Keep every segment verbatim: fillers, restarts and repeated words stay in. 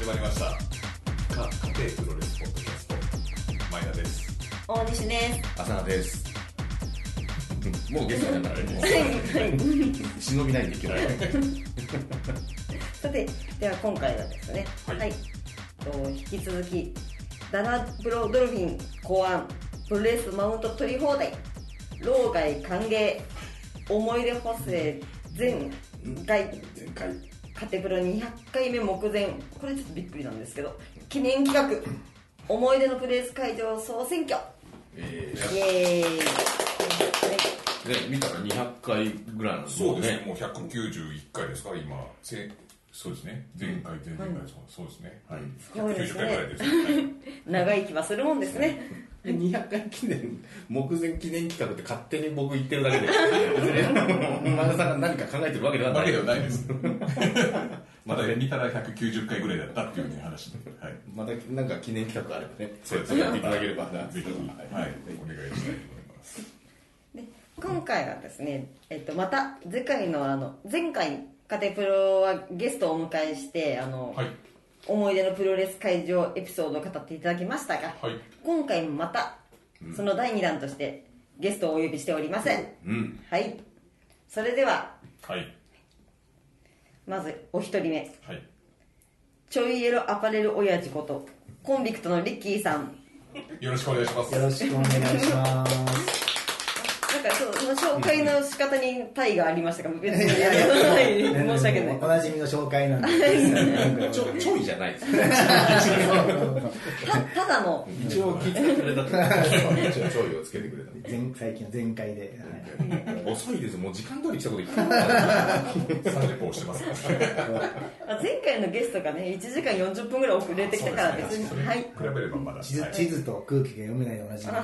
始まりましたか家庭プロレスポッドキャスト、前田です。 大西です。 浅野です。もうゲストだからね忍びないんでいけないさて、では今回はですね、はい、はい、と引き続きダナプロドルフィン考案プロレスマウント取り放題老害歓迎思い出補正前回前回カテプロにひゃっかいめ目前、これちょっとびっくりなんですけど、記念企画思い出のプロレス会場総選挙、 えー、イエーイ、ね、 見たらにひゃっかいぐらいなんですね。 そうですね、もうひゃくきゅうじゅういっかいですか今。そうですね、前回前々回、うん、そうですね、はい、ひゃくきゅうじゅっかいぐらいです、ね、はい、 長生きはするもんですね。 にひゃっかい記念目前記念企画って勝手に僕言ってるだけで前田さんが何か考えてるわけではない。 わけではないですまだ見たらひゃくきゅうじゅっかいぐらいだったっていう、ね、話で、はい、 まだなんか記念企画があればね、そうですね、やっていただければぜひ、はい、お願いしたいと思いますで今回はですね、えっと、また前回のあの前回カテプロはゲストをお迎えしてあの、はい、思い出のプロレス会場エピソードを語っていただきましたが、はい、今回もまたそのだいにだんとしてゲストをお呼びしております、うん、はい、それでは、はい、まずお一人目、はい、ちょいエロアパレル親父ことコンビクトのリッキーさん、 よろしくお願いします。 よろしくお願いしますなんかその紹介の仕方にタイがありましたか？別にありがとうない、申し訳ない。 おなじみの紹介なんでちょちょいじゃないですた, ただの一応聞いてくれたとちょいをつけてくれた前最近の前回で、 はい、遅いです。もう時間通り来たこと言ってないさんじゅっぷん押してます前回のゲストがねいちじかんよんじゅっぷんぐらい遅れてきたから別に、 ね、はい、比べればまだ地 図,、はい、地図と空気が読めないで同じ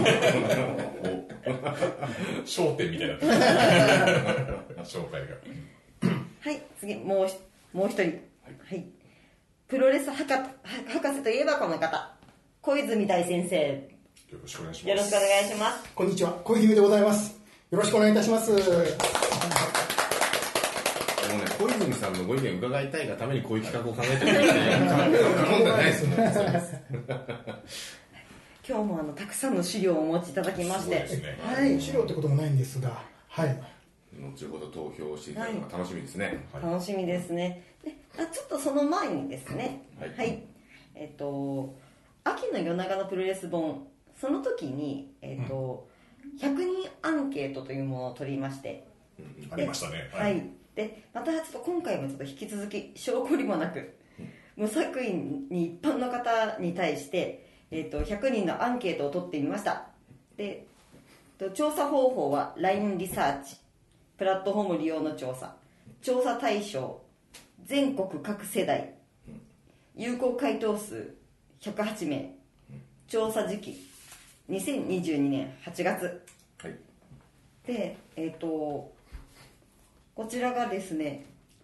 焦点みたいな紹介がはい、次もうもう一人、はいはい、プロレス博士といえばこの方、小泉大先生、 よろしくお願いします。 よろしくお願いします。 こんにちは、小泉でございます。よろしくお願いいたします。もうね、 小泉さんのご意見伺いたいがためにこういう企画を考えてるんで問題ないですもんね。 今日もあのたくさんの資料をお持ちいただきまして、ね、 はい、資料ってこともないんですが、はい、 後ほど投票していただくのが楽しみですね、 はい、楽しみですね。であちょっとその前にですね、はい、はい、えっと秋の夜長のプロレス本、その時に、えっとうん、ひゃくにんアンケートというものを取りまして、 うん、ありましたね、 はい、はい、でまたちょっと今回もちょっと引き続き証拠りもなく、うん、無作為に一般の方に対してえー、とひゃくにんのアンケートを取ってみました。で調査方法は ライン リサーチ、プラットフォーム利用の調査、調査対象全国各世代、有効回答数ひゃくはちめい、調査時期にせんにじゅうにねんはちがつ、はい、で、えー、とこちらがですね、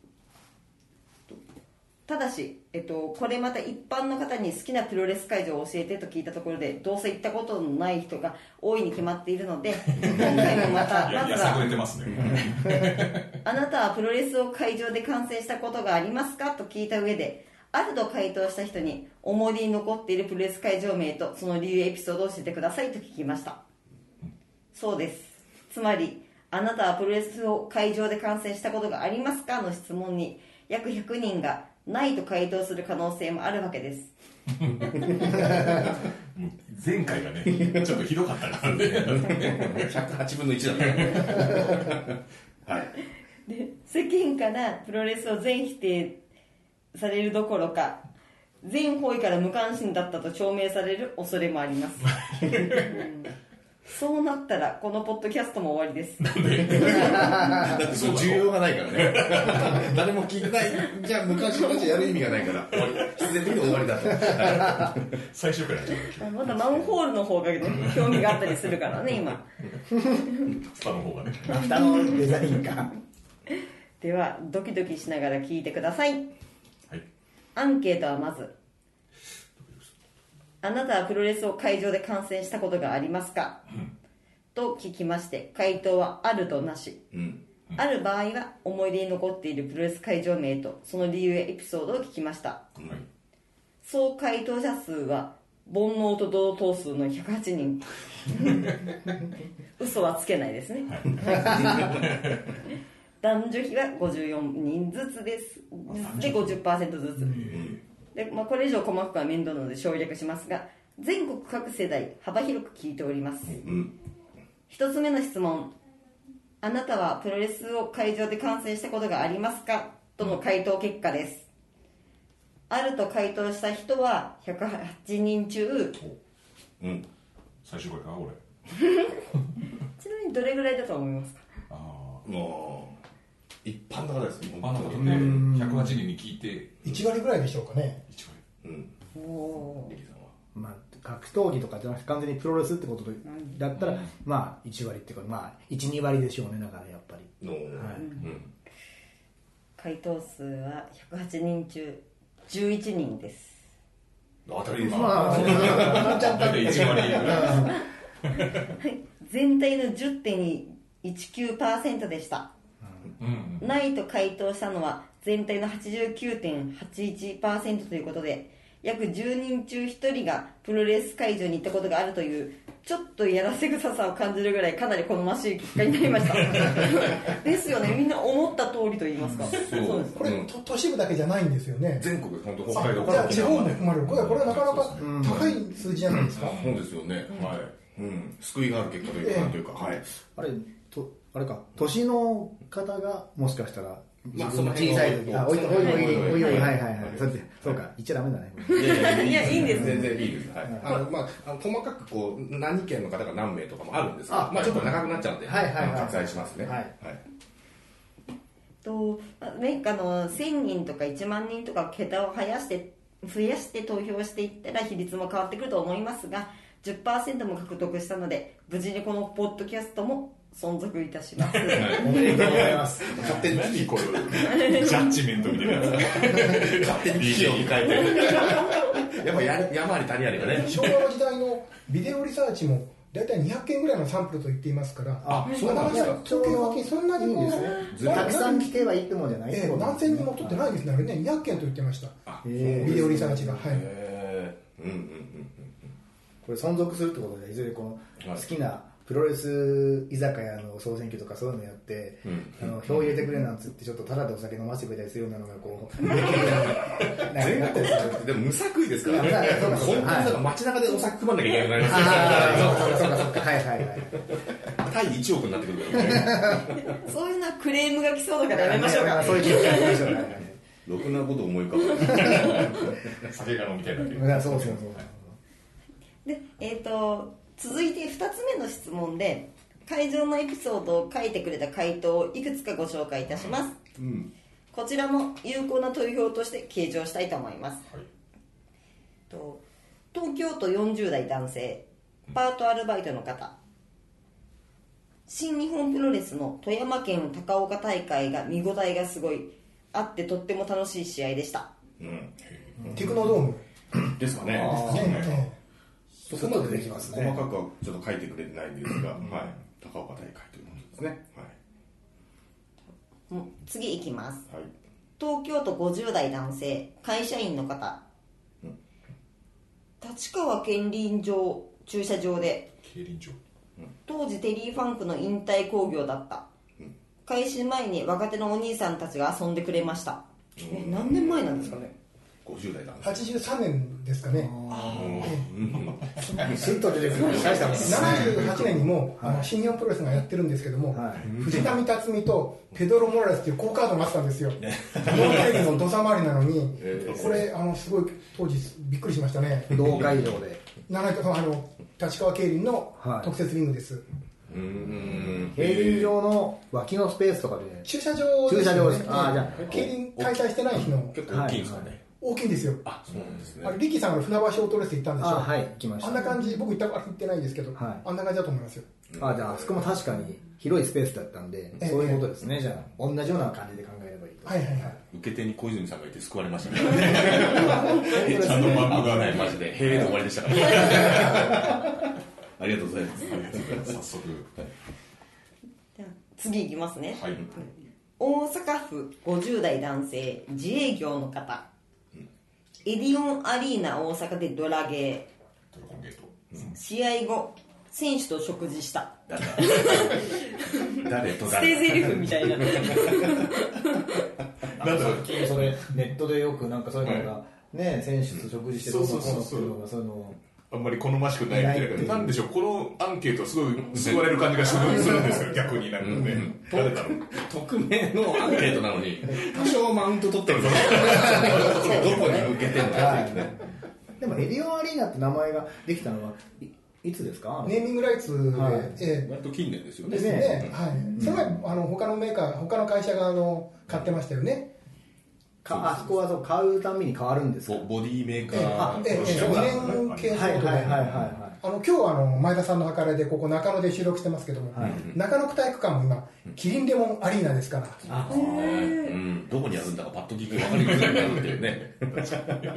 ただし、えっと、これまた一般の方に好きなプロレス会場を教えてと聞いたところで、どうせ行ったことのない人が多いに決まっているので、今回もまたまずはあなたはプロレスを会場で観戦したことがありますかと聞いた上で、あると回答した人に思い出に残っているプロレス会場名とその理由エピソードを教えてくださいと聞きました。そうです。つまり、あなたはプロレスを会場で観戦したことがありますかの質問に約ひゃくにんがないと回答する可能性もあるわけです前回がねちょっとひどかったからねひゃくはちぶんのいちだった、はい、 で世間からプロレスを全否定されるどころか全方位から無関心だったと証明される恐れもあります、うん、そうなったらこのポッドキャストも終わりです。 なんでだってその需要がないからね誰も聞いてない、じゃあ昔のうちやる意味がないから終わり、必然的に終わりだと最初からまだマンホールの方が、ね、興味があったりするからね今蓋の方がね蓋のデザインかではドキドキしながら聞いてください、はい、アンケートはまず、あなたはプロレスを会場で観戦したことがありますか、うん、と聞きまして、回答はあるとなし、うんうん、ある場合は思い出に残っているプロレス会場名とその理由やエピソードを聞きました、うん、 総回答者数は煩悩と同等数のひゃくはちにん嘘はつけないですね、男女比はごじゅうよにんずつですで ごじゅっパーセント ずつで、まあ、これ以上細かくは面倒なので省略しますが、全国各世代幅広く聞いております。一つ目の質問、あなたはプロレスを会場で観戦したことがありますかとの回答結果です。あると回答した人はひゃくはちにん中、 うん、最終回か俺ちなみにどれぐらいだと思いますか？ ああ、 もう一般の方です。 一般の方でひゃくはちにんに聞いていち割ぐらいでしょうかね。 いち割。 うん。 おー、 まあ、格闘技とかじゃなくて完全にプロレスってことだったら、うん、まあいち割っていうか、まあいち、に割でしょうね。だからやっぱり、 の、はい、うん、 回答数はひゃくはちにん中じゅういちにんです。 当たりです。 まあ大体いち割全体の じゅってんいちきゅうパーセント でした、うん、ないと回答したのは全体の はちじゅうきゅうてんはちいちパーセント ということで、約じゅうにん中ひとりがプロレス会場に行ったことがあるという、ちょっとやらせ臭さを感じるぐらいかなり好ましい結果になりましたですよね、みんな思った通りと言いますか。 そうそうです。これ、うん、都市部だけじゃないんですよね。 全国、本当北海道から地方も含まれる。これはこれはなかなか高い数字じゃないですか。 そうですよね、うん、はい、うん、救いがある結果というか、なんというか、はい。 あれとあれか、年の方がもしかしたらまあ、その小さい時、あ、おいおいおいおいおい、はいはいはい、そうそうか、言っちゃダメだね。 いやいやいや、いいんです。 全然いいです。はい。あのまあ細かくこう何県の方が何名とかもあるんですが、まあちょっと長くなっちゃうんで、はいはいはい、割愛しますね。はい。はい。 と、ね、あのせんにんとかいちまんにんとか桁を増やして増やして投票していったら比率も変わってくると思いますが、じゅっパーセント も獲得したので、無事にこのポッドキャストも存続いたします。 おめでとうございます。 勝手に何これジャッジメントみたいなやつ勝手に危機を迎えてやっぱや山あり谷ありがね。 昭和の時代のビデオリサーチも大体にひゃっけんぐらいのサンプルと言っていますから、 あ、そうなんですか。 統計学金そんなにもうたくさん聞けばいいってもんじゃないですね。 何千人も取ってないんですね。あれね、にひゃっけんと言ってました。ビデオリサーチが、はい。 うんうんうん。 これ存続するってことで、いずれこの好きなプロレス居酒屋の総選挙とかそういうのやって、うん、あの票入れてくれなんつってちょっとタダでお酒飲ませてくれたりするようなのがこう全国でも無作為ですからね。本当になんか街中でお酒配んなきゃいけなくなりますね。 そうかそうか、はいはいはい。 対いちおくになってくるからね。 そういうのはクレームが来そうだからやめましょうか。 そういう気がやめましょうね。 ろくなこと思い浮かば酒が飲みたいだけ。 そうそうそう。 で、えっと続いてふたつめの質問で、会場のエピソードを書いてくれた回答をいくつかご紹介いたします、うん、こちらも有効な投票として計上したいと思います、はい、と東京都よんじゅう代男性、パートアルバイトの方、新日本プロレスの富山県高岡大会が見応えがすごいあってとっても楽しい試合でした、 うん、テクノドームですかね。 そこまでできますね。 細かくはちょっと書いてくれてないんですが、はい、高岡大会ということですね。 はい、次いきます、 はい、 東京都ごじゅう代男性、会社員の方、うん、立川競輪場駐車場で競輪場、 うん、当時テリーファンクの引退興行だった、うん、開始前に若手のお兄さんたちが遊んでくれました、うん、え何年前なんですかね。 ごじゅう代だ。 はちじゅうさんねんですかね。 スッと出てくる。ななじゅうはちねんにも、はい、あの新日本プロレスがやってるんですけども、はい、藤波辰巳とペドロ・モラレスっていう好カードがあったんですよ。ノーテレビの土佐回りなのに、えー、これあのすごい当時びっくりしましたね。 同会場で。 あの立川競輪の特設リングです。はい、 うーん、 競輪場の脇のスペースとかで駐車場です、ね、 駐車場です。ああ、じゃあ競輪開催してない日の結構大きいんですかね。はい、 大きいんですよ。 あ、そうなんですね。 あれリキさんが船橋オートレース行ったんでしょ。 あ、はい、行きました。 あんな感じ、僕行った行ってないんですけど、はい、あんな感じだと思いますよ。 あ、じゃああそこも確かに広いスペースだったんで、そういうことですね。じゃあ同じような感じで考えればいいと。 はいはいはい。 受け手に小泉さんがいて救われましたね。ちゃんとマップがないマジで平で終わりでしたから。ありがとうございます。 早速。 次いきますね。 はい、 大阪府ごじゅう代男性、自営業の方、 エディオンアリーナ大阪でドラゲドラゴンゲート、 ー、うん、試合後選手と食事した。 誰と誰捨て台詞みたいな。なんだろう、それネットでよくなんかそういうのが、うん、ね、選手と食事してどうのこうのっていうのがそういうのあんまり好ましくないみたいな。なんでしょう、このアンケートはすごい救われる感じがするんですよ、逆になんかね、うん、誰だろう。 匿名のアンケートなのに多少マウント取ってるぞ。どこに向けてんだってね。 でもエディオンアリーナって名前ができたのはいいつですか？ ネーミングライツで、はい、 えー、割と近年ですよね。 ですね、はい。それはあの他のメーカー、他の会社があの買ってましたよね。 かあそこはそう買うたびに変わるんですか？ ボディメーカー、 ええええ、にねん系のことで、あの今日あの前田さんの計らいでここ中野で収録してますけども、はい、中野区体育館も今キリンレモンアリーナですから、 あ、うん、どこにあるんだかパッと聞いて分かりづらいなっていうね。すごいですよね。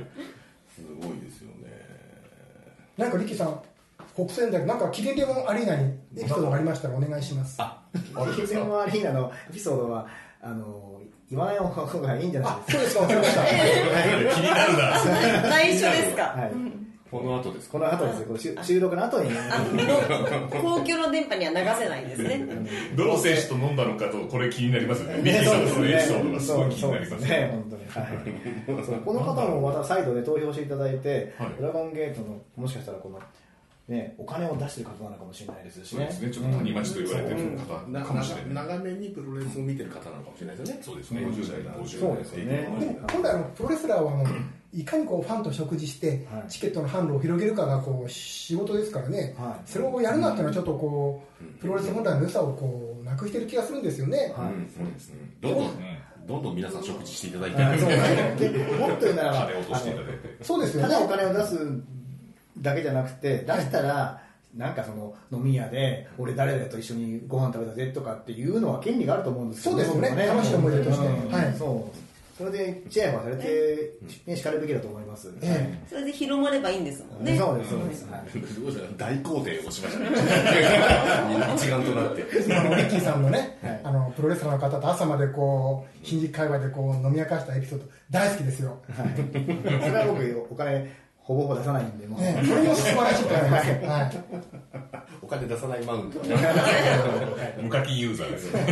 なんかリキさん。国選だけなんかキリンレモンアリーナにエピソードがありましたらお願いします。 あ、キリンレモンアリーナのエピソードはあの言わない方がいいんじゃないですか。 そうですか、わかりました。 気になるな。 内緒ですか。はい。 この後ですこの後ですよ。この収録の後に、ね、 公共の電波には流せないんですね。 どの選手と飲んだのかとこれ気になりますよね。ミキさんのそのエピソードがすごい気になりますね。本当に。はい。そうこの方もまた再度で投票していただいて、はい、ドラゴンゲートのもしかしたらこのね、お金を出してる方なのかもしれないですしね。 そうですね。ちょっと谷町と言われてる方かもしれない。 長めにプロレスを見てる方なのかもしれないですよね。 そうですね。ごじゅう代、ごじゅう代。そうですね。 今回のプロレスラーはあのいかにこうファンと食事してチケットの販路を広げるかがこう仕事ですからね。はい、それをやるなっていうのはちょっとこうプロレス本来の良さをこうなくしてる気がするんですよね。 はい。そうですね。どんどんどんどん皆さん食事していただいて、 そうですね。もっと言うならば金を落としていただいて、 そうですよね。 ただお金を出すだけじゃなくて出したら。なんかその飲み屋で俺誰々と一緒にご飯食べたぜとかっていうのは権利があると思うんですけど、そうですよね、楽しい思い出として、うん、 はい、そうそれでチェアはされて、ね、しかるべきだと思います、 ええ、それで広まればいいんですもんね。 そうですそうです、はい、 大肯定をしましたね。一丸となってあのリッキーさんのね、はい、あのプロレスラーの方と朝までこう新宿界隈でこう飲み明かしたエピソード大好きですよ、はい、 それは僕お金ほぼほぼ出さないんで、もう、 ね、それも素晴らしいと思います。はい。 お金出さないマウント。 無課金ユーザーです。はい、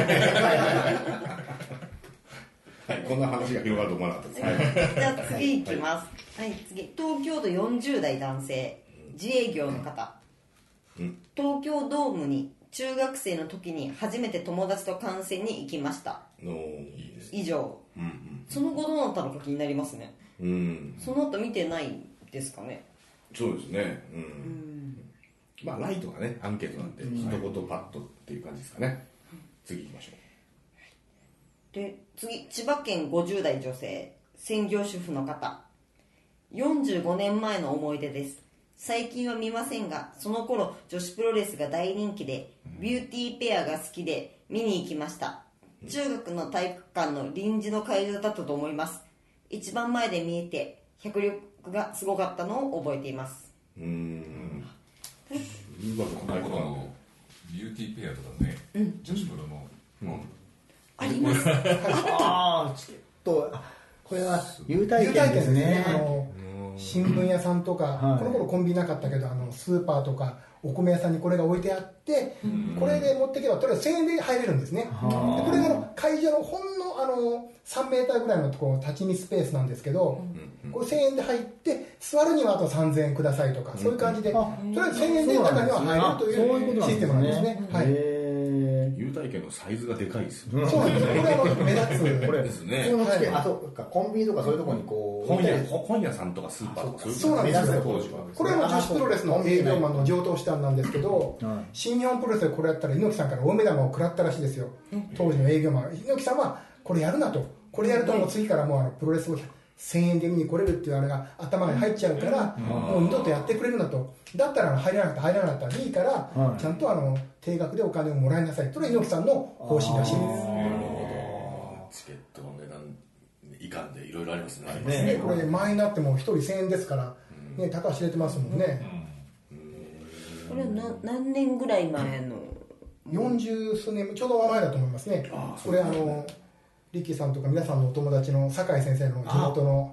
こんな話が広がると思わなかったです。はい、 じゃあ次いきます。はい、次東京都よんじゅう代男性、自営業の方。うん、東京ドームに中学生の時に初めて友達と観戦に行きました。 おー、いいですね。 以上、うんうん。その後どうなったのか気になりますね。うん、その後見てないですかね。 そうですね、うんうん、まあライトがねアンケートなんで、うん、一言パッとっていう感じですかね、うん、次行きましょう。で次、千葉県ごじゅう代女性、専業主婦の方。よんじゅうごねんまえの思い出です。最近は見ませんが、その頃女子プロレスが大人気で、ビューティーペアが好きで見に行きました。中学の体育館の臨時の会場だったと思います。一番前で見えて迫力がすごかったのを覚えています。うーん。 この頃のビューティーペアとかね、うん、女子プロの、うん、 あります。 ああ、チケット、これは優待券ですね。 あの新聞屋さんとか、はい、この頃コンビニなかったけど、あのスーパーとかお米屋さんにこれが置いてあって、これで持っていけばとりあえずせんえんで入れるんですね。でこれがの会場のほんの、あのさんメーターぐらいのところ立ち見スペースなんですけど、これせんえんで入って座るにはあとさんぜんえんくださいとか、そういう感じで、とりあえずせんえんで中には入るというシステムなんですね。はい。 優待券のサイズがでかいですよね。そうですね。これは目立つ。 これですね。 普通のチケット、あとコンビニとかそういうところにこう本屋本屋さんとかスーパーとかそうなんですよ。これは女子プロレスの営業マンの上等手段なんですけど、新日本プロレスでこれやったら猪木さんから大目玉を食らったらしいですよ。当時の営業マン、猪木さんはこれやるなと。これやるともう次からもうあのプロレスをせんえんで見に来れるっていうあれが頭に入っちゃうから、もう二度とやってくれるなと。だったら入らなくて入らなかったらいいから、ちゃんとあの定額でお金をもらいなさい。それは猪木さんの方針らしいです。なるほど。チケットの値段いかんでいろいろありますね。 ね、これ前になっても一人せんえんですから、ね、高橋知れてますもんね。 これは何年ぐらい前の？ よんじゅうすうねん、ちょうど前だと思いますね。これあのリッキーさんとか皆さんのお友達の酒井先生の地元の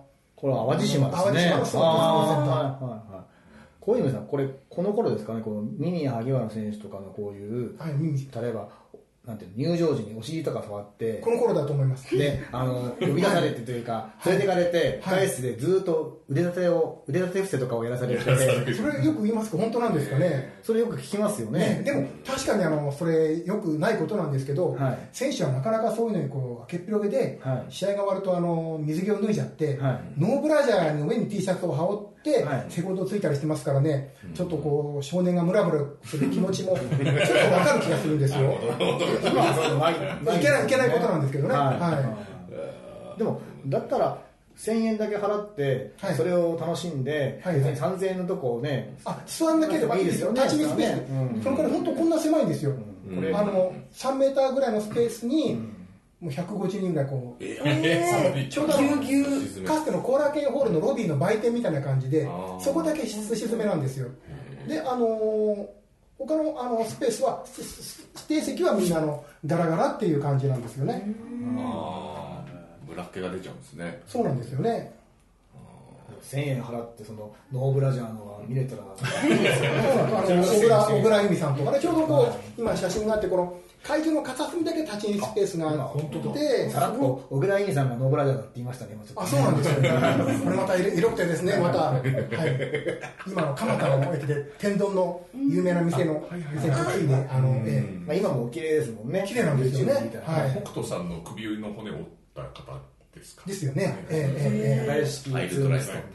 これは淡路島ですね。 淡路島のスポーツセンター。 はいはいはい。小泉さん、これこの頃ですかね、このミニ萩原選手とかのこういう、はい、例えばなんていう入場時にお尻とか触ってこの頃だと思います。 で、あの呼び出されてというか連れてかれて、はい、控室でずっと腕立てを腕立て伏せとかをやらされてそれよく言いますか、本当なんですかね。 それよく聞きますよね。ね、 でも確かにあのそれよくないことなんですけど、はい、選手はなかなかそういうのにこう開けっ広げで、はい、試合が終わるとあの水着を脱いじゃって、はい、ノーブラジャーの上に T シャツを羽織って、はい、セコンドついたりしてますからね、うん、ちょっとこう少年がムラムラする気持ちもちょっと分かる気がするんですよ。いけない、いけないことなんですけどね。はいはい、でもだったらせんえんだけ払って、はい、それを楽しんで、はいはい、さんぜんえんのとこをね、 あ、座んなければいいですよ。立ち見スペース、うん、それから本当こんな狭いんですよ。うん、あのさんメーターぐらいのスペースに、うん、もうひゃくごじゅうにんぐらいこう、えー、ちょうどぎゅうぎゅうかつての後楽園ホールのロビーの売店みたいな感じで、そこだけすし詰めなんですよ。で、あのー、他のあのスペースは指定席はみんなのガラガラっていう感じなんですよね。 ああ、ブラッケが出ちゃうんですね。 そうなんですよね。 せんえん払ってそのノーブラジャーのは見れたら小倉小倉由美さんとかね、ちょうどこう今写真があって、この会場の片隅だけ立ち入りスペースがあってさらっと小倉由美さんがノーブラジャーだって言いましたね。今ちょっとあ、そうなんですよね。これまた色くてですね、また、はい、今の蒲田の駅で天丼の有名な店の店について、あの、えーまあ、今も綺麗ですもんね。 綺麗なんですよね。 はい、北斗さんの首の骨を折った方ですか。 ですよね。ええええ林式ツームストン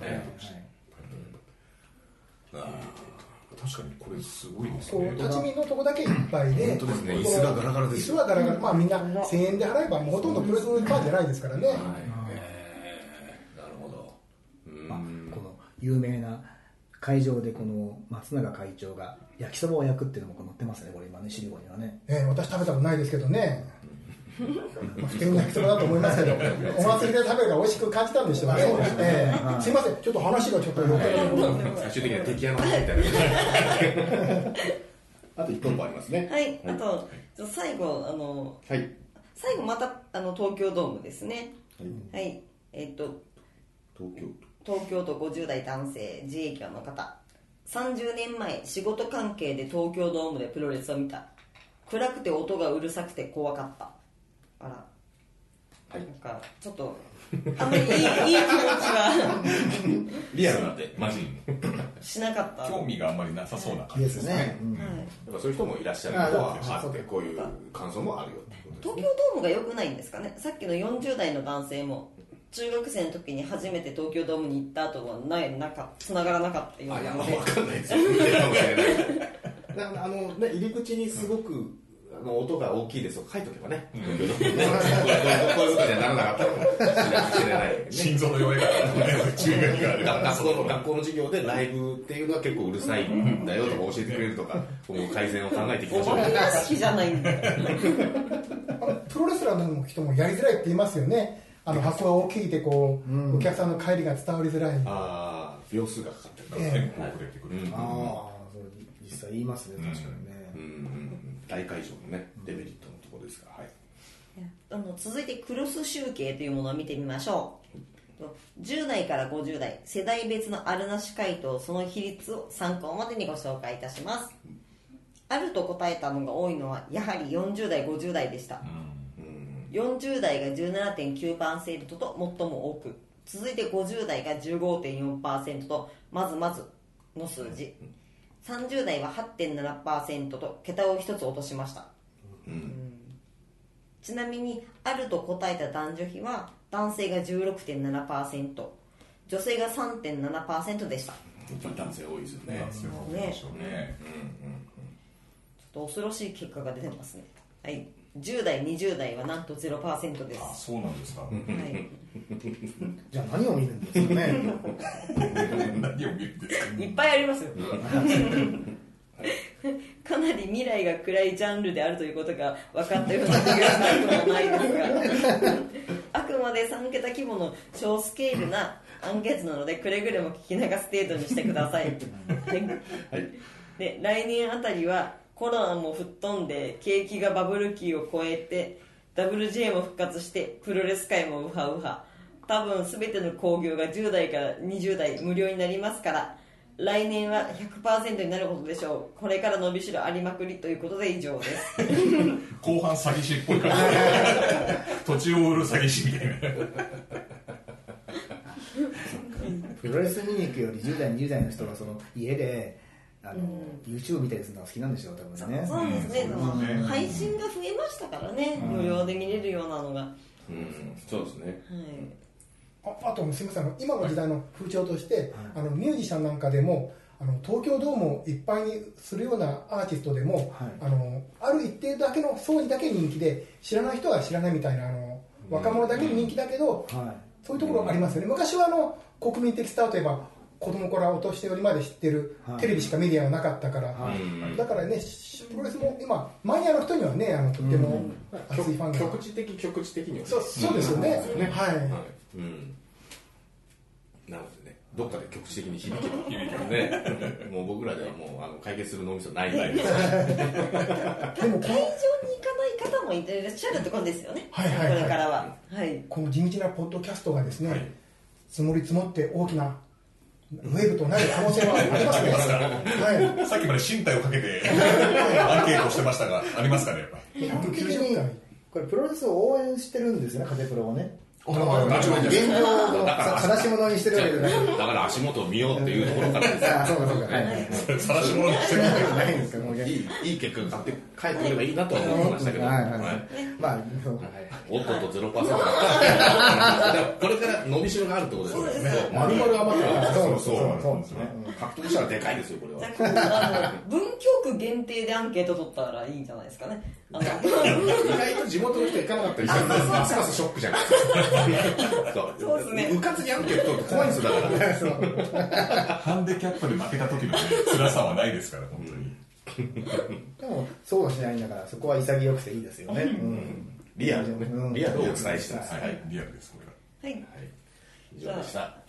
確かにこれすごいですね。 立ち見のとこだけいっぱいで、 本当ですね。椅子がガラガラです。 椅子はガラガラ、まあみんなせんえんで払えばもうほとんどプロレスのファンじゃないですからね。はい、なるほど。 まあこの有名な会場でこの松永会長が焼きそばを焼くっていうのも載ってますね。これ今ね資料にはね。 ええ、私食べたことないですけどね。普通の焼きそばだと思いますけど、お祭りで食べるから美味しく感じたんでしょうね。えー、すいません、ちょっと話がちょっと余計なことなんで、 最終的には出来上がってみたいな。あといっぽんもありますね。 はい、あと最後あの、はい、最後またあの東京ドームですね。はい、はい、えっと東京東京都ごじゅう代男性自営業の方、さんじゅうねんまえ仕事関係で東京ドームでプロレスを見た。暗くて音がうるさくて怖かった。あら、はい、なんかちょっとあんまりいい, いい気持ちはリアルなんでマジしなかった。 興味があんまりなさそうな感じですね。 はい、うん、やっぱそういう人もいらっしゃることはあって、こういう感想もあるよっていうことですね。 東京ドームが良くないんですかね。さっきのよんじゅう代の男性も中学生の時に初めて東京ドームに行った後はないなか繋がらなかったようなので、 分かんないですよ。見てるかもしれない。あのね、入り口にすごくあの音が大きいですと書いとけばね、うん、こういうことにはならなかったかもしれない、ね、 心臓の弱い方注意書きがある学校の学校の授業でライブっていうのは結構うるさいんだよとか教えてくれるとか、こう改善を考えていきましょう。 お前が好きじゃないんだよ。 プロレスラーの人もやりづらいって言いますよね。あの箱が大きいでこう、うん、お客さんの帰りが伝わりづらい。 ああ、秒数がかかってるから、 テンポ遅れてくる。 ああ、それ実際言いますね、確かにね。 うんうん、大会場のねデメリットのところですが、はい、 あの続いてクロス集計というものを見てみましょう。じゅう代からごじゅう代世代別のあるなし回答、その比率を参考までにご紹介いたします。あると答えたのが多いのはやはりよんじゅう代ごじゅう代でした。よんじゅう代が じゅうななてんきゅうパーセント と最も多く、続いてごじゅう代が じゅうごてんよんパーセント とまずまずの数字。さんじゅう代は はちてんななパーセント と桁を一つ落としました、うんうん、ちなみにあると答えた男女比は男性が じゅうろくてんななパーセント、女性が さんてんななパーセント でした。 やっぱり男性多いですよね。 男性多いでしょうね。 ちょっと恐ろしい結果が出てますね。はい、じゅう代にじゅう代はなんと ゼロパーセント です。 あ、そうなんですか。はい、 じゃあ何を見るんですかね。 何を見るんですか。 いっぱいありますよ。かなり未来が暗いジャンルであるということが分かったような気がしなくもないですが、あくまでさん桁規模の小スケールなアンケートなのでくれぐれも聞き流す程度にしてください。はい、で来年あたりはコロナも吹っ飛んで景気がバブル期を超えて ダブリュージェー も復活してプロレス界もウハウハ、 多分全ての興行がじゅう代からにじゅう代無料になりますから、来年は ひゃくパーセント になることでしょう。これから伸びしろありまくりということで以上です。 後半詐欺師っぽいから土地を売る詐欺師みたいな。 プロレス見に行くよりじゅう代にじゅう代の人がその家であの、うん、YouTube 見たりするのが好きなんでしょう多分ね。 そうですね、うん、配信が増えましたからね、うん、無料で見れるようなのが、 うん、そうですね、 はい、 あ, あとすみません、今の時代の風潮として、はい、あのミュージシャンなんかでもあの東京ドームをいっぱいにするようなアーティストでも、はい、あのある一定だけの層にだけ人気で知らない人は知らないみたいなあの若者だけに人気だけど、うんはい、そういうところありますよね。昔はあの国民的スターといえば子供からお年寄りまで知ってる、はい、テレビしかメディアがなかったから、はい、だからねプロレスも今マニアの人にはねあのとっても熱いファンが、 局地的局地的には、ね、 そう、そうですよね、 うん、 はい、はい、 うん、なのでねどっかで局地的に響けば響けばねもう僕らではもうあの解決する脳みそないぐらいですでも会場に行かない方もいらっしゃるってことですよね、 はいはいはい、 これからは、はい、 この地道なポッドキャストがですね、はい、積もり積もって大きなウェーブとなる可能性はありますねはい、さっきまで身体をかけてアンケートしてましたがありますかね。 基本的にこれプロレスを応援してるんですよね、カテプロをね。 現状を悲しものにしてるわけじゃない。 だから足元を見ようっていうところからですあ、そうかそうか、はいはい、 晒し物にしてるわけじゃないんですか。 いいいい結果が買って帰ってくればいいなとは思いましたけど、はいはいはい、 まあおっとっと ゼロパーセント だったこれから伸びしろがあるってことですね。丸々余ってる。 そうそうそうですね。 獲得したらでかいですよこれは。 文京区限定でアンケート取ったらいいんじゃないですかね。あの意外と地元の人行かなかったりしてますますショックじゃないですか。 そうですね。 うかつにアンケート取ると怖いんですよだから。 ハンデキャップで負けた時の、ね、辛さはないですから本当に。 でもそうはしないんだからそこは潔くていいですよね。うん、 リアルね、うん、リアルをお伝えしてます。 はい、はい、リアルですこれは。はい。 以上でした。 はい。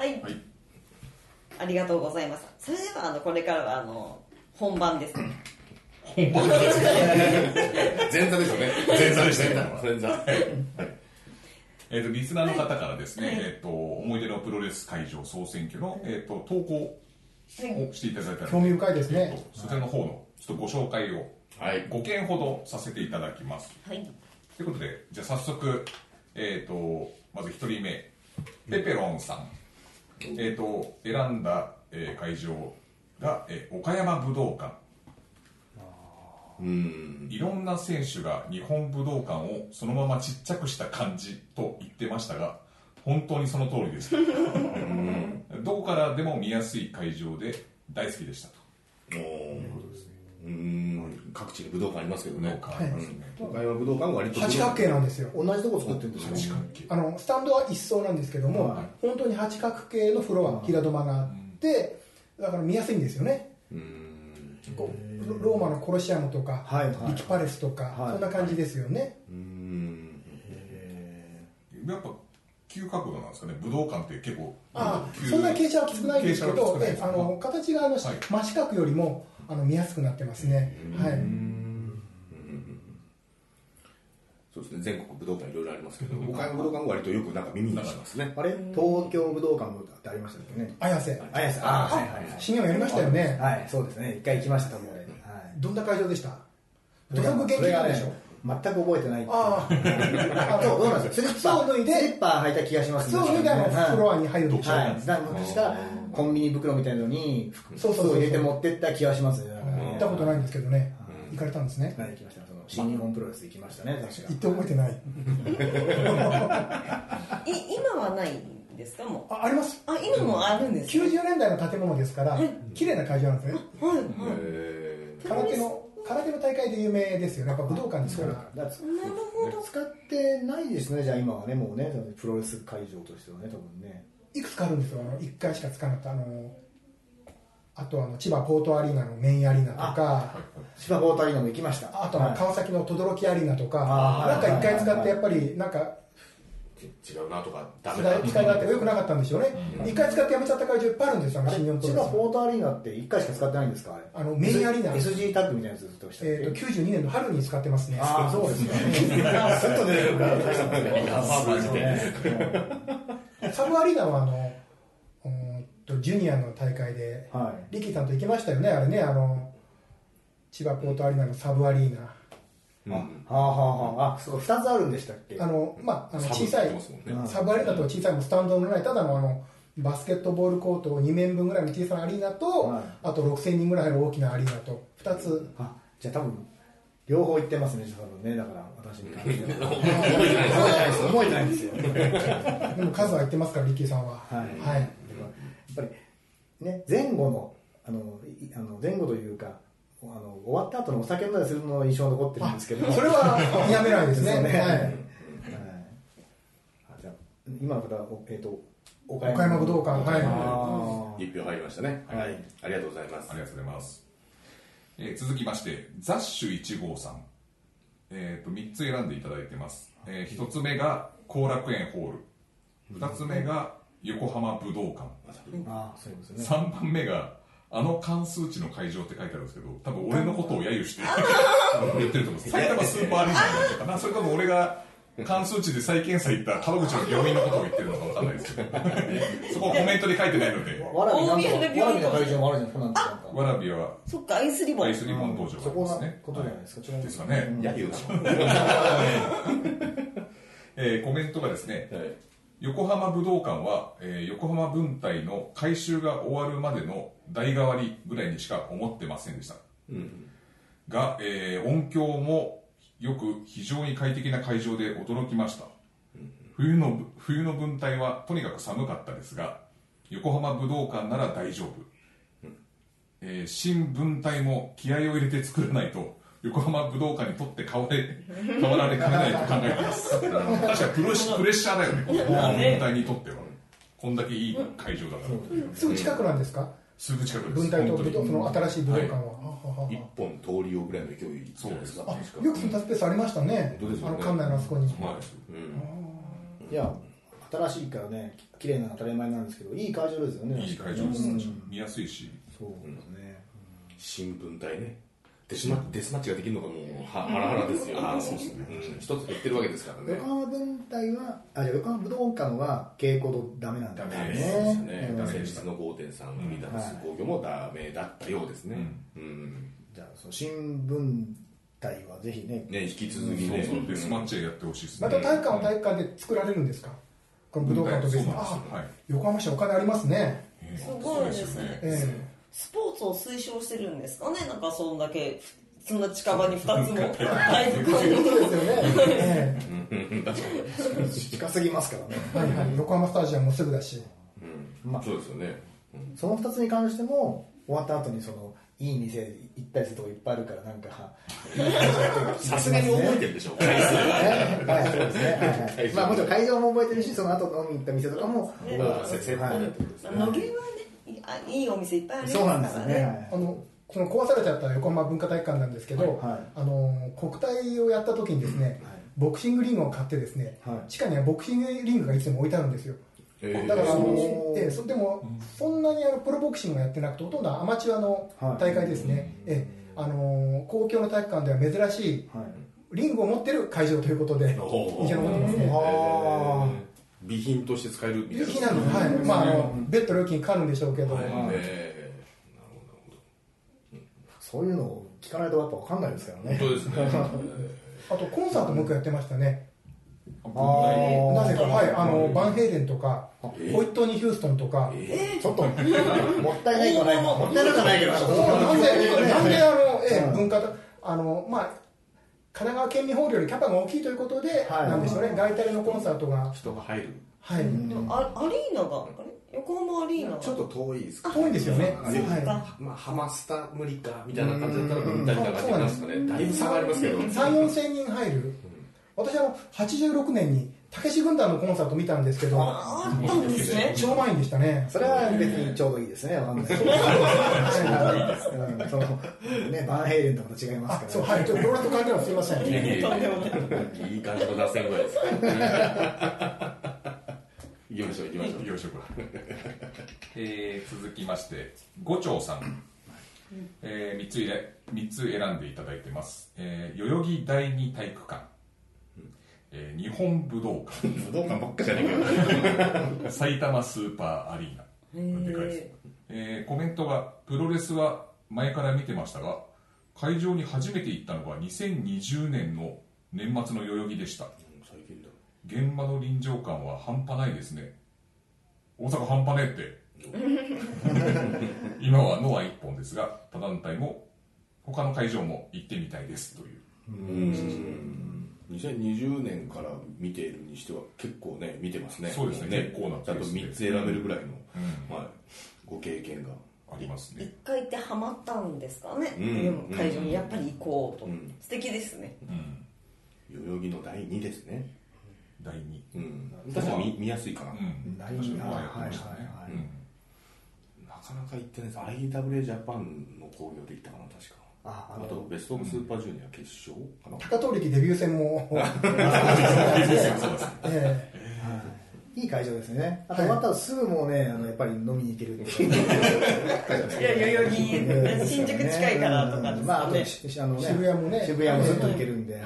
はい、ありがとうございます。それではあのこれからはあの本番です。 本番です。 前座ですよね。 前座でしたね。 前座。はい。 えーとリスナーの方からですね、はい、えーと思い出のプロレス会場総選挙の、えーと投稿をしていただいたので、 興味深いですね。 えーとそちらの方のちょっとご紹介をごけんほどさせていただきます。 はい。 ということでじゃあ早速、えーとまずひとりめペペロンさん、えーと選んだ、えー、会場が、えー、岡山武道館。 うんいろんな選手が日本武道館をそのままちっちゃくした感じと言ってましたが本当にその通りですうんどこからでも見やすい会場で大好きでしたと。 おーうん各地に武道館ありますけどね。 武道館ありますね。 岡山武道館は割と八角形なんですよ。 同じとこ作ってるんですよ。 八角形。 あのスタンドは一層なんですけども、はい、本当に八角形のフロア平土間があってだから見やすいんですよね。うんこうローマのコロシアムとか、はいはい、リキパレスとか、はい、そんな感じですよね。 うんやっぱ急角度なんですかね。武道館って結構ああそんな傾斜はきつくないんですけど、えあの形があの、はい、真四角よりもあの見やすくなってますね。はい。 そうですね。全国武道館いろいろありますけど、岡山武道館は割とよくなんか耳にしますね。 あれ東京武道館ってありましたっけね。 綾瀬。 綾瀬。ああはいはいはい。 新年やりましたよね。 はいそうですね。一回行きましたもんね。 どんな会場でした？土足厳禁なんでしょ？ 全く覚えてない。 ああ、そうどうなんですか。スリッパースリッパー履いた気がします。 靴を脱いでフロアに入るんでしょ。 はい。だから昔からコンビニ袋みたいなのに服を入れて持ってった気がしますね。 行ったことないんですけどね。行かれたんですね。 はい行きました。その新日本プロレス行きましたね。確か。 行って覚えてない。 今はないんですかもう。 ああります。 あ今もあるんです。 きゅうじゅうねんだいの建物ですから綺麗な会場なんですね。 はいはい。 空手の空手の大会で有名ですよね。やっぱ武道館にそうだから。 なるほど。 使ってないですね。じゃあ今はねもうねプロレス会場としてはね多分ね。 いくつかあるんですよ。あのいっかいしか使わなかったあのあとあの千葉ポートアリーナのメインアリーナとか、 千葉ポートアリーナも行きました。 あとは川崎の轟アリーナとか、なんかいっかい使ってやっぱりなんか違うなとかダメだだ使い勝手が良くなかったんでしょうね。一、うん、回使ってやめちゃった会場いっぱいあるんですよ、新日本プロレス。 千葉ポートアリーナっていっかいしか使ってないんですか？ あのメインアリーナエスジー タッグみたいなやつとしたっけ？ えーときゅうじゅうにねんの春に使ってますね。 ああそうですか。ずっと出てるから大したもんね。 サブアリーナはあのうんとジュニアの大会で、はい、リキさんと行きましたよね、あれね、あの千葉ポートアリーナのサブアリーナ。 うん、ああはあはあ、あ、そうふたつあるんでしたっけ？ あのまああの小さいサブアリーナと小さいスタンドのないただのあのバスケットボールコートに面分ぐらいの小さなアリーナと、はい、あとろくせんにんぐらいの大きなアリーナとふたつ。 あ、じゃあ多分両方行ってますね、多分ね。だから私に関しては覚えてないんですよ。 でも数は言ってますからリッキーさんは。はい。はい、 やっぱりね、前後のあのあの前後というか。あの終わった後のお酒飲んだりするのが印象残ってるんですけど、 それはやめないですね。はい。はい、 じゃあ今の方はえっ、ー、と岡山武道館、はい。一票入りましたね。はい。ありがとうございます。 ありがとうございます。えー、続きましてザッシュいち号さん、えっ、ー、とみっつ選んでいただいてます。えー、ひとつめが後楽園ホール、ふたつめが横浜武道館、 あ、そうですね。 さんばんめがあの関数値の会場って書いてあるんですけど、多分俺のことを揶揄して言ってると思うんです。埼玉スーパーアリーナだったかな、それとも俺が関数値で再検査行った門口の病院のことを言ってるのか分かんないですけど、そこはコメントで書いてないので。 わらびの会場もあるじゃないですか、なんか。 わらびは、 そっか、アイスリボン。 アイスリボン道場がありますね。 そこなことじゃないですか、 はい、ですかね。 揶揄だ。 えー、コメントがですね、はい、横浜武道館は、えー、横浜分隊の改修が終わるまでの代替わりぐらいにしか思ってませんでした、うん、が、えー、音響もよく非常に快適な会場で驚きました、うん、冬の冬の分隊はとにかく寒かったですが横浜武道館なら大丈夫、うんえー、新分隊も気合を入れて作らないと横浜武道館にとって変われ変わられかねないと考えています確かプロプレッシャーだよね、横浜分隊にとってはこんだけいい会場だから、 すぐ近くなんですか？ すぐ近くです。 分隊とその新しい武道館は、 はい、一本通りようぐらいの勢いそうですか。 あ、よくそのスペースありましたね。 うん、 あの館内のあそこに。はいうん、いや新しいからね、綺麗な当たり前なんですけど、いい会場ですよね。 いい会場です。うん、見やすいし。 そうですね。 新分隊ね。デスマデスマッチができるのがもうハラハラですよ。あ、そうですね。一つ言ってるわけですからね。 横浜分隊は、あ、じゃ横浜武道館は稽古とダメなんだね。 ダメですね。先日の ごてんさん リーダース工業もダメだったようですね。 うん。じゃあその新分隊はぜひね。 ね、引き続きね、 そうそうデスマッチやってほしいですね。 また体育館は体育館で作られるんですか？この武道館と別に。あ、横浜市お金ありますね。 すごいですね。スポーツを推奨してるんですかね。なんかそんだけ。そんな近場にふたつも体育館ですよね。 近すぎますからね。 はいはい。横浜スタジアムもすぐだし。 うん、まあそうですよね。 そのふたつに関しても終わった後にそのいい店行ったりするとこいっぱいあるからなんかさすがに覚えてるでしょ。回数は。 はいそうですね。まあもちろん会場も覚えてるしその後飲みに行った店とかも覚えてる。 セットでってことですね。野毛はねいいお店いっぱいありますからね。そうなんですね。 あのその壊されちゃった横浜文化体育館なんですけど、はいはい、あの国体をやった時にですね、はい、ボクシングリングを買ってですね、はい、地下にはボクシングリングがいつも置いてあるんですよ。だからあの、えー、そでも、うん、そんなにあのプロボクシングをやってなくてほとんどアマチュアの大会ですね、はいえーあの公共の体育館では珍しい、はい、リングを持ってる会場ということで印象に残ってますね。 あ備品として使えるみたいな。 備品なんです、はいまあ、あのベッド料金かかるんでしょうけど、はいえーそういうのを聞かないとやっぱ分かんないですからね。 本当ですね。 あとコンサートもよくやってましたね。 あなぜか、はい、あのバンヘイレンとか、えー、ホイットニー・ヒューストンとか、 えー、ちょっともったいないかないもったいなくないけど、なんでなんであの、えー、文化あのまあ神奈川県民ホールよりキャパが大きいということで、はい、なんでしょうね、外体のコンサートが人が入る。 はい。 あアリーナが横浜アリーナちょっと遠いですか。 遠いですよね。 はい。まあハマスタ無理かみたいな感じだったらみたいな感じなんですかね。だいぶ差がありますけど。 さん、よんせんにん入る。私ははちじゅうろくねんにたけし軍団のコンサート見たんですけど、 ああったんですね。 超満員でしたね。 それは別にちょうどいいですね。わかんない。そのね、バンヘイレンとまた違いますから。 そう、はい、ちょっとプロレスと関係ない、すみません。 いい感じの脱線ぐらいです。行きましょう、行きましょう。 行きましょうか。えー、続きまして、五丁さん。えー、みっつ入れ、みっつ選んでいただいてます。えー、代々木第二体育館。えー、日本武道館。 武道館ばっかじゃねえかよ。埼玉スーパーアリーナ。でかいです。えー、コメントが、プロレスは前から見てましたが、会場に初めて行ったのがにせんにじゅうねんの年末の代々木でした。 最近だ。 現場の臨場感は半端ないですね。大阪半端ねえって。今はノア一本ですが、他団体も他の会場も行ってみたいですという。 うんにせんにじゅうねんから見ているにしては結構ね見てますね。 そうですね。 ね結構なちゃんとみっつ選べるぐらいの、 うんはい、ご経験がありますね。 一回行ってハマったんですかね。 うん、 会場にやっぱり行こうと。 うん、 素敵ですね。 うん、 代々木のだいにですね。 だいに。 うん。確かに 見, 見やすいかな。うん。 だいには、はいはいはい。 なかなか行ってないです。アイダブリュー ジャパンの興行で行ったかな、確か。あ, あとベストオブスーパージュニア決勝かな。 高遠力デビュー戦もいい会場ですね。あと終わったらすぐもうね、あのやっぱり飲みに行けるっていう。 いや代々木新宿近いからとかですね。 まああとあのね渋谷もね渋谷もずっと行けるんで。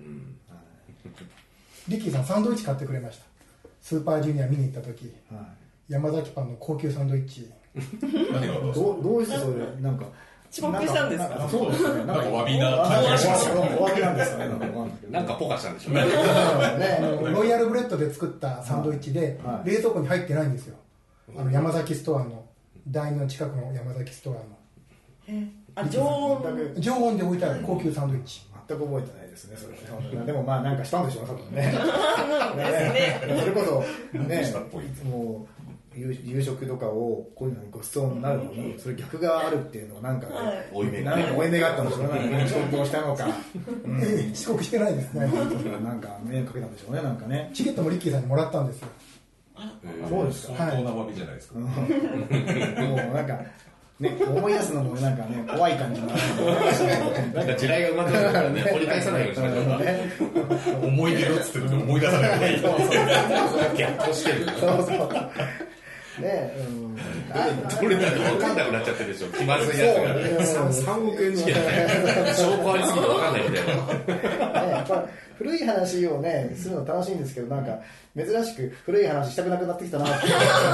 リッキーさんサンドイッチ買ってくれました。スーパージュニア見に行った時、山崎パンの高級サンドイッチ。 どうどうしてそれなんか。 遅刻したんですか。 そうですね。 なんかお詫びな感じがしますよ。 お詫びなんですかね。 なんかポカしたんでしょうね。 ロイヤルブレッドで作ったサンドイッチで冷蔵庫に入ってないんですよ。あの山崎ストアの第二の近くの山崎ストアの。 あ、常温常温で置いてある高級サンドイッチ。 全く覚えてないですね。それでもまあなんかしたんでしょうね。多分ね。それこそね、もう。夕食とかをこういうのにごちそうになるのにそれ逆があるっていうのはなんか負い目があったんでしょうね。遅刻をしたのか遅刻してないですね。 なんか迷惑かけたんでしょうね。なんかねチケットもリッキーさんにもらったんですよ。 そうですか。 相当な詫びじゃないですか。もうなんかね、思い出すのもなんかね、怖い感じのなんか地雷が埋まってるからね、掘り返さないようにしましょうか。 思い出よっつってると思い出さない。 逆行してる。 そうそう。ね、うん。 これだって分かんなくなっちゃってるでしょ。気まずいやつが。さんおくえんチケット証拠ありすぎて分かんないみたいな。 やっぱ古い話をねするの楽しいんですけど、なんか珍しく古い話したくなくなってきたなって。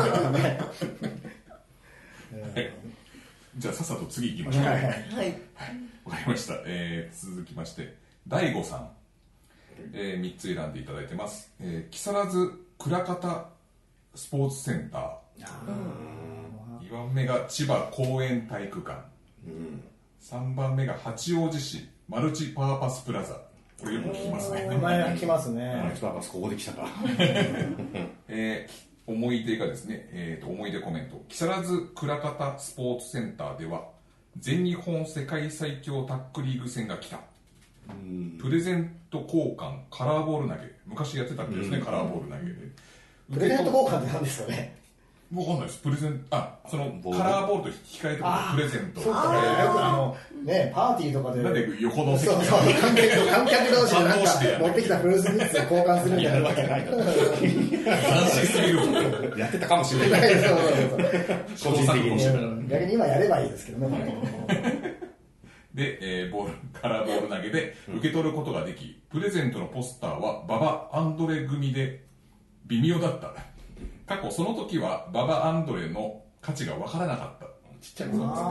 じゃあさっさと次行きましょう。はい。はい。わかりました。えー、続きまして、大悟さん、えー、みっつ選んでいただいてます。えー、木更津倉方スポーツセンター。にばんめが千葉公園体育館。うん、さんばんめが八王子市マルチパーパスプラザ。これよく聞きますね。 名前が聞きますね。 マルチパーパスここで来たか。 えー思い出がですね、えー、と思い出コメント。木更津倉方スポーツセンターでは全日本世界最強タックリーグ戦が来た。うんプレゼント交換カラーボール投げ、昔やってたんですね、カラーボール投げで。 プレゼント交換って何ですかね。 わかんないです。プレゼント、あ、そのカラーボールと引き換えとかプレゼント。 そうか、よくあのねパーティーとかでなんで横の席そうそう観客観客同士でなんか持ってきたフルーツミッツを交換するみたいなわけないから。 斬新すぎる。 やってたかもしれない。 そうそうそう。個人的に逆に今やればいいですけどね。 で、えー、ボールカラーボール投げで受け取ることができ、プレゼントのポスターは馬場アンドレ組で微妙だった。過去その時は馬場アンドレの価値が分からなかった。 ちっちゃいことです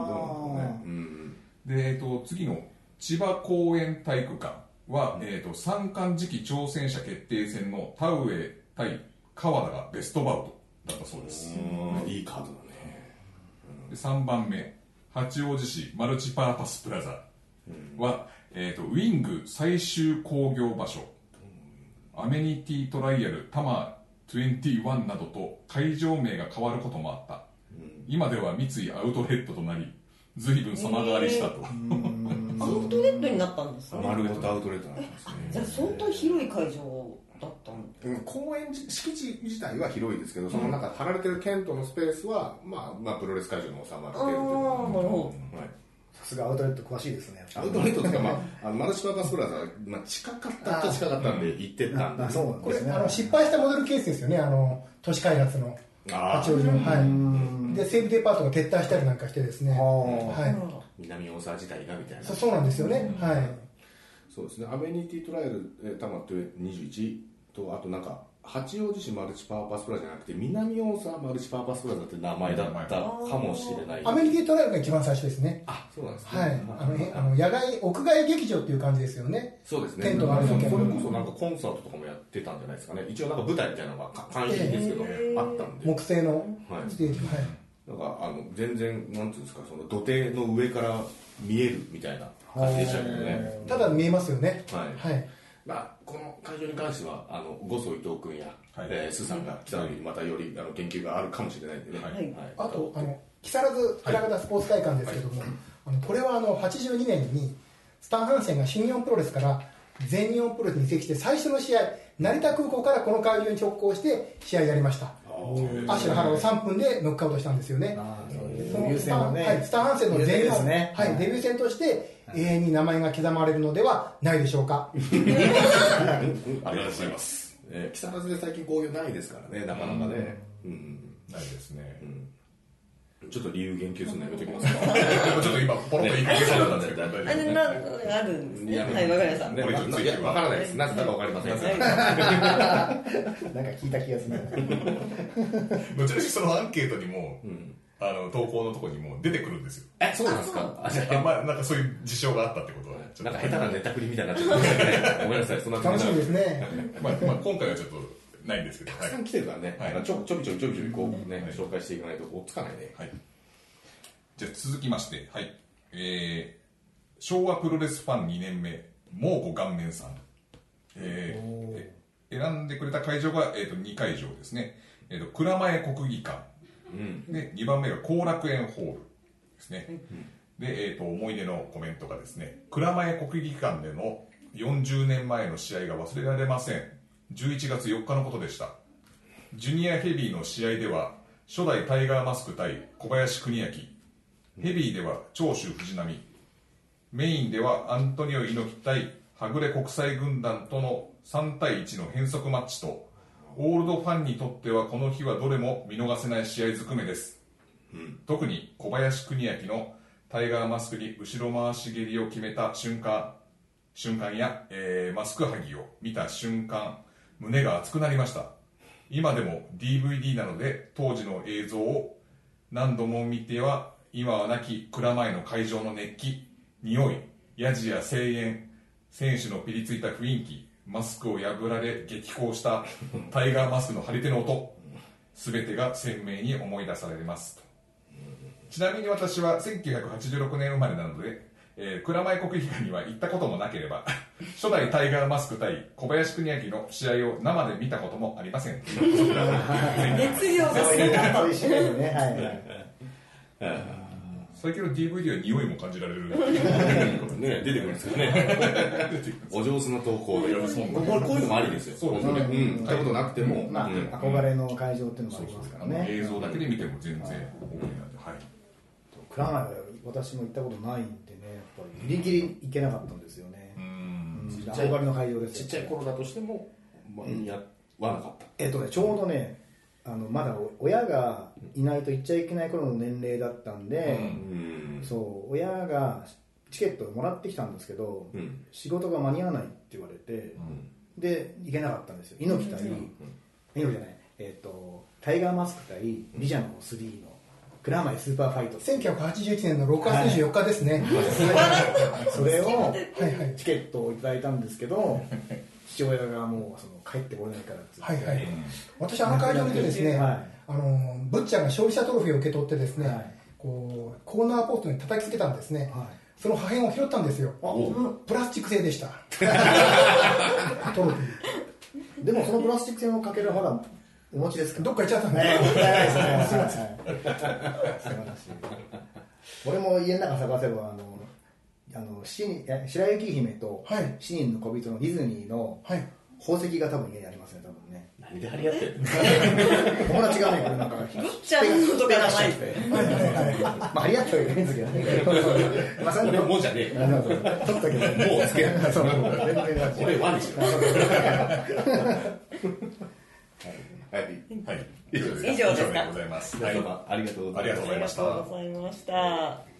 ね。で、えー、と次の千葉公園体育館は、うんえー、と三冠次期挑戦者決定戦の田上対川田がベストバウトだったそうです。 いいカードだね。 でさんばんめ八王子市マルチパーパスプラザは、えー、とウィング最終興行場所、アメニティトライアル多摩にじゅういちなどと会場名が変わることもあった。今では三井アウトレットとなり随分様変わりしたと。 アウトレットになったんですか。 丸ごとアウトレットなんですね。 じゃあ相当広い会場だったんうん、公園敷地自体は広いですけど、その中張られてるテントのスペースは、まあ、まあプロレス会場に収まる程度というか、はい、 さすがアウトレット詳しいですね。 アウトレットというか、まあ、あのマルチパーパスプラザは、まあ、近かったと近かったんで行ってたんで、 あそうなんこれですね。 あの失敗したモデルケースですよね、あの都市開発の八王子の、はい、で西武デパートが撤退したりなんかしてですね、はい、 南大沢自体がみたいな。 そ, そうなんですよね、はい、 そうですね。アメニティトライアル多摩とにじゅういちと、あとなんか八王子市マルチパーパスプラザじゃなくて南大沢マルチパーパスプラザって名前だったかもしれない。 アメニティトライアルが一番最初ですね。 あ、そうなんですね。 はい、あのあの野外屋外劇場っていう感じですよね。 そうですね。 テントがあるだけ。 それこそなんかコンサートとかもやってたんじゃないですかね。一応なんか舞台みたいなのが簡易ですけど、えー、あったんで。 木製のステージ、はい。 なんかあの全然なんていうんですか、その土手の上から見えるみたいな感じでしたけどね。 ただ見えますよね。 はい。 はい。 まあ、この会場に関してはあの五曽伊藤君や、はい、えー、スーさんが来た時にまたよりあの研究があるかもしれないんでね、はいはい、 あとあの木更津倉方スポーツ会館ですけども、はい、あのこれはあのはちじゅうにねんにスタン・ハンセンが新日本プロレスから全日本プロレスに移籍して最初の試合、成田空港からこの会場に直行して試合やりました。アシュラハラをさんぷんでノックアウトしたんですよね。 デビュー戦のね、 はい、スタン・ハンセンの全日本、ね、はい、デビュー戦として永遠に名前が刻まれるのではないでしょうか。 ありがとうございます。えー、木更津で最近こういうないですからね、なかなかね。 うんうん、ないですね。 うん、ちょっと理由言及するのやめときますか。 ちょっと今ポロッと言いかけそうだったんですけど、 あれなあるんですね。はい、わかりました。 ね、わからないです。なぜだかわかりません。なんか聞いた気がする。 後々そのアンケートにも。うんあの投稿のところにも出てくるんですよ。 え、そうなんですか。 あ、じゃあ、まあ、なんかそういう事象があったってことは、 ちょっとなんか下手なネタ振りみたいになっちゃってごめんなさい。そんな楽しみですね。 まあ、まあ、今回はちょっとないんですけど、 たくさん来てるからね。はい、ちょちょびちょびちょびちょびこうね、はい、紹介していかないと追っつかないね。はい。 じゃあ続きまして、はい、えー、昭和プロレスファンにねんめ蒙古顔面さん、えー、選んでくれた会場が、えー、とにかいじょうですね。えー、と蔵前国技館。うん、でにばんめが後楽園ホールですね、うん、で、えー、と思い出のコメントがですね、蔵前国技館でのよんじゅうねんまえの試合が忘れられません。じゅういちがつよっかのことでした。ジュニアヘビーの試合では初代タイガーマスク対小林邦明、ヘビーでは長州藤波、メインではアントニオ猪木対はぐれ国際軍団とのさんたいいちの変則マッチと、オールドファンにとってはこの日はどれも見逃せない試合ずくめです、うん、特に小林邦明のタイガーマスクに後ろ回し蹴りを決めた瞬間瞬間や、えー、マスク剥ぎを見た瞬間、胸が熱くなりました。今でも ディーブイディー なので当時の映像を何度も見ては今はなき蔵前の会場の熱気、匂い、ヤジや声援、選手のピリついた雰囲気、マスクを破られ激高したタイガーマスクの張り手の音、すべてが鮮明に思い出されますと。ちなみに私はせんきゅうひゃくはちじゅうろくねん生まれなので、えー、蔵前国技館には行ったこともなければ初代タイガーマスク対小林邦明の試合を生で見たこともありません。熱量がすごかった。 最近の ディーブイディー は匂いも感じられるね、出てくるんですよね。お上手な投稿で、こういうのもありですよ。そうですね。うん、行ったことなくても、 まあ憧れの会場っていうのもありますからね。 映像だけで見ても全然 OK なんで、はい。 蔵前は私も行ったことないんでね、やっぱりギリギリ行けなかったんですよね。うん。憧れの会場です。 ちっちゃい頃だとしてもやわなかった。 えっとね、ちょうどね。あのまだ親がいないと行っちゃいけない頃の年齢だったんで、うん、そう親がチケットをもらってきたんですけど、うん、仕事が間に合わないって言われて、うん、で行けなかったんですよ。猪木対、うん、猪木じゃない、えーと、タイガーマスク対リジャノスリーの蔵前スーパーファイト、 せんきゅうひゃくはちじゅういちねんのろくがつにじゅうよっかですね、 はい、それをチケットをいただいたんですけど父親がもうその帰ってこれないからってはいはい、私あの会場見てですね、はい、あのブッチャーが勝利者トロフィーを受け取ってですね、はい、こうコーナーポストに叩きつけたんですね、はい、その破片を拾ったんですよ。プラスチック製でしたトロフィーでもそのプラスチック製のかけるほらお持ちですか。 どっか行っちゃったんで、 ね、すみません。素晴らしい。俺も家の中探せばあのあの白雪姫と七人の小人のディズニーの宝石が多分家にありますね、多分ね。 何で張り合ってるの友達がね、これなんか、 ぐっちゃんのとかじゃないですね。 まあ、張り合ってはいけないんですけどね。まあ、それでももうじゃねえよ。 取ったけど、 もうつけない。 そう、全然俺ワニしろ。はい。 はい。 以上ですか。 以上でございます。 皆様ありがとうございました。 ありがとうございました。